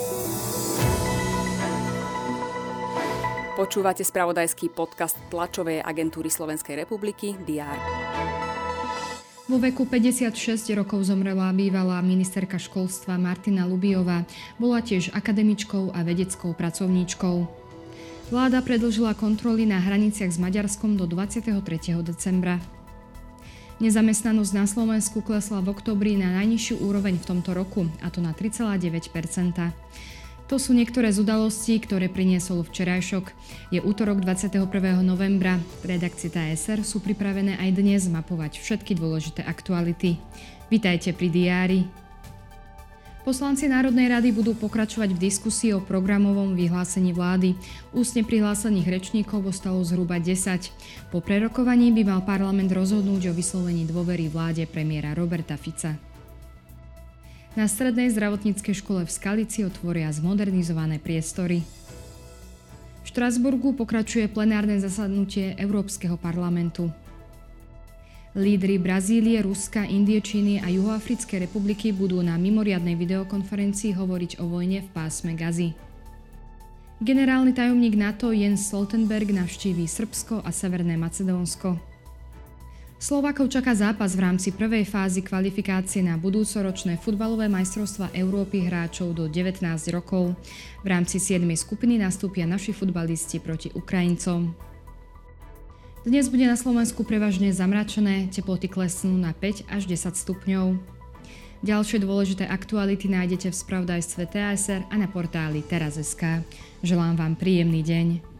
Počúvate spravodajský podcast tlačovej agentúry Slovenskej republiky DR. Vo veku 56 rokov zomrela bývalá ministerka školstva Martina Lubiová. Bola tiež akademičkou a vedeckou pracovníčkou. Vláda predĺžila kontroly na hraniciach s Maďarskom do 23. decembra. Nezamestnanosť na Slovensku klesla v októbri na najnižšiu úroveň v tomto roku, a to na 3,9%. To sú niektoré z udalostí, ktoré priniesol včerajšok. Je útorok 21. novembra. V redakcii TSR sú pripravené aj dnes mapovať všetky dôležité aktuality. Vitajte pri diári. Poslanci Národnej rady budú pokračovať v diskusii o programovom vyhlásení vlády. Ústne prihlásených rečníkov ostalo zhruba 10. Po prerokovaní by mal parlament rozhodnúť o vyslovení dôvery vláde premiéra Roberta Fica. Na strednej zdravotníckej škole v Skalici otvoria zmodernizované priestory. V Štrasburgu pokračuje plenárne zasadnutie Európskeho parlamentu. Lídri Brazílie, Ruska, Indie, Číny a Juhoafrickej republiky budú na mimoriadnej videokonferencii hovoriť o vojne v pásme Gazy. Generálny tajomník NATO Jens Stoltenberg navštíví Srbsko a Severné Macedónsko. Slovákov čaká zápas v rámci prvej fázy kvalifikácie na budúcoročné futbalové majstrovstvá Európy hráčov do 19 rokov. V rámci 7. skupiny nastúpia naši futbalisti proti Ukrajincom. Dnes bude na Slovensku prevažne zamračené, teploty klesnú na 5 až 10 stupňov. Ďalšie dôležité aktuality nájdete v spravodajstve TSR a na portáli teraz.sk. Želám vám príjemný deň.